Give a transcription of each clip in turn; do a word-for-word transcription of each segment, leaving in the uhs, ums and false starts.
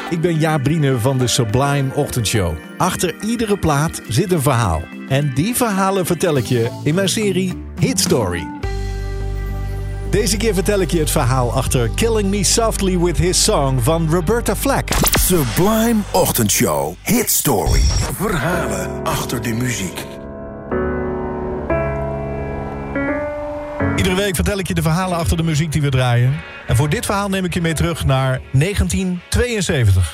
Ik ben Jaap Briene van de Sublime Ochtendshow. Achter iedere plaat zit een verhaal. En die verhalen vertel ik je in mijn serie Hit Story. Deze keer vertel ik je het verhaal achter Killing Me Softly With His Song van Roberta Flack. Sublime Ochtendshow Hit Story. Verhalen achter de muziek. Iedere week vertel ik je de verhalen achter de muziek die we draaien. En voor dit verhaal neem ik je mee terug naar negentien tweeënzeventig.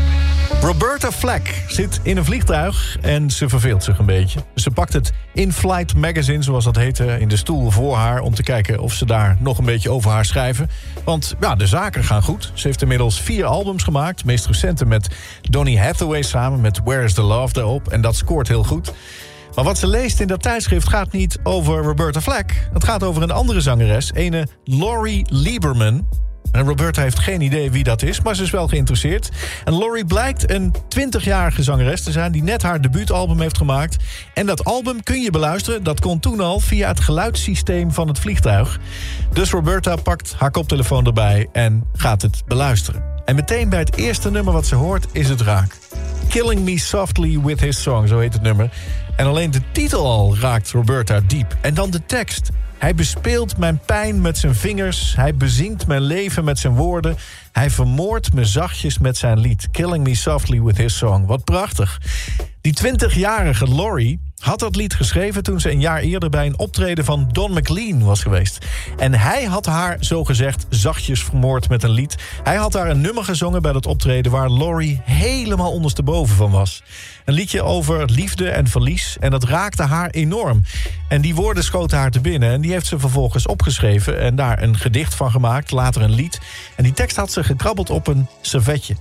Roberta Flack zit in een vliegtuig en ze verveelt zich een beetje. Ze pakt het In-Flight magazine, zoals dat heette, in de stoel voor haar om te kijken of ze daar nog een beetje over haar schrijven. Want ja, de zaken gaan goed. Ze heeft inmiddels vier albums gemaakt. Het meest recente met Donny Hathaway samen met Where's the Love daarop. En dat scoort heel goed. Maar wat ze leest in dat tijdschrift gaat niet over Roberta Flack. Het gaat over een andere zangeres, ene Lori Lieberman. En Roberta heeft geen idee wie dat is, maar ze is wel geïnteresseerd. En Lori blijkt een twintigjarige zangeres te zijn die net haar debuutalbum heeft gemaakt. En dat album kun je beluisteren, dat kon toen al via het geluidssysteem van het vliegtuig. Dus Roberta pakt haar koptelefoon erbij en gaat het beluisteren. En meteen bij het eerste nummer wat ze hoort is het raak. Killing Me Softly With His Song, zo heet het nummer. En alleen de titel al raakt Roberta diep. En dan de tekst. Hij bespeelt mijn pijn met zijn vingers. Hij bezingt mijn leven met zijn woorden. Hij vermoordt me zachtjes met zijn lied. Killing Me Softly With His Song. Wat prachtig. Die twintigjarige Lori had dat lied geschreven toen ze een jaar eerder bij een optreden van Don McLean was geweest. En hij had haar zogezegd zachtjes vermoord met een lied. Hij had haar een nummer gezongen bij dat optreden waar Lori helemaal ondersteboven van was. Een liedje over liefde en verlies en dat raakte haar enorm. En die woorden schoten haar te binnen en die heeft ze vervolgens opgeschreven en daar een gedicht van gemaakt, later een lied. En die tekst had ze gekrabbeld op een servetje.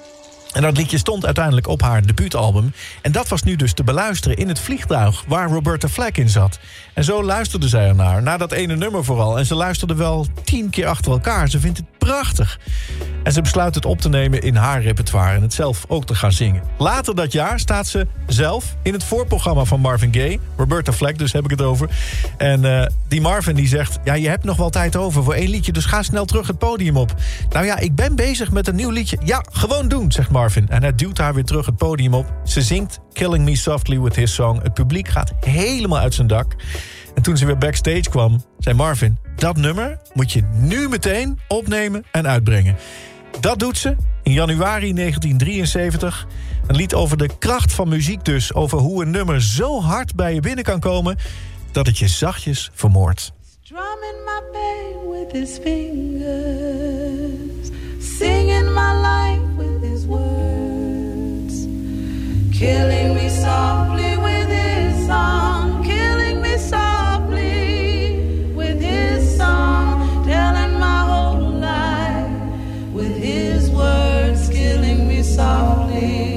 En dat liedje stond uiteindelijk op haar debuutalbum. En dat was nu dus te beluisteren in het vliegtuig waar Roberta Flack in zat. En zo luisterde zij ernaar, naar dat ene nummer vooral. En ze luisterde wel tien keer achter elkaar. Ze vindt het prachtig. En ze besluit het op te nemen in haar repertoire en het zelf ook te gaan zingen. Later dat jaar staat ze zelf in het voorprogramma van Marvin Gaye. Roberta Flack, dus heb ik het over. En uh, die Marvin die zegt, ja, je hebt nog wel tijd over voor één liedje, dus ga snel terug het podium op. Nou ja, ik ben bezig met een nieuw liedje. Ja, gewoon doen, zegt Marvin. En hij duwt haar weer terug het podium op. Ze zingt Killing Me Softly With His Song. Het publiek gaat helemaal uit zijn dak. En toen ze weer backstage kwam, zei Marvin, dat nummer moet je nu meteen opnemen en uitbrengen. Dat doet ze in januari negentien drieënzeventig. Een lied over de kracht van muziek dus. Over hoe een nummer zo hard bij je binnen kan komen dat het je zachtjes vermoordt. Strumming my pain with his fingers, singing my life with his words, killing me softly with his song, killing me softly with his song, telling my whole life with his words, killing me softly.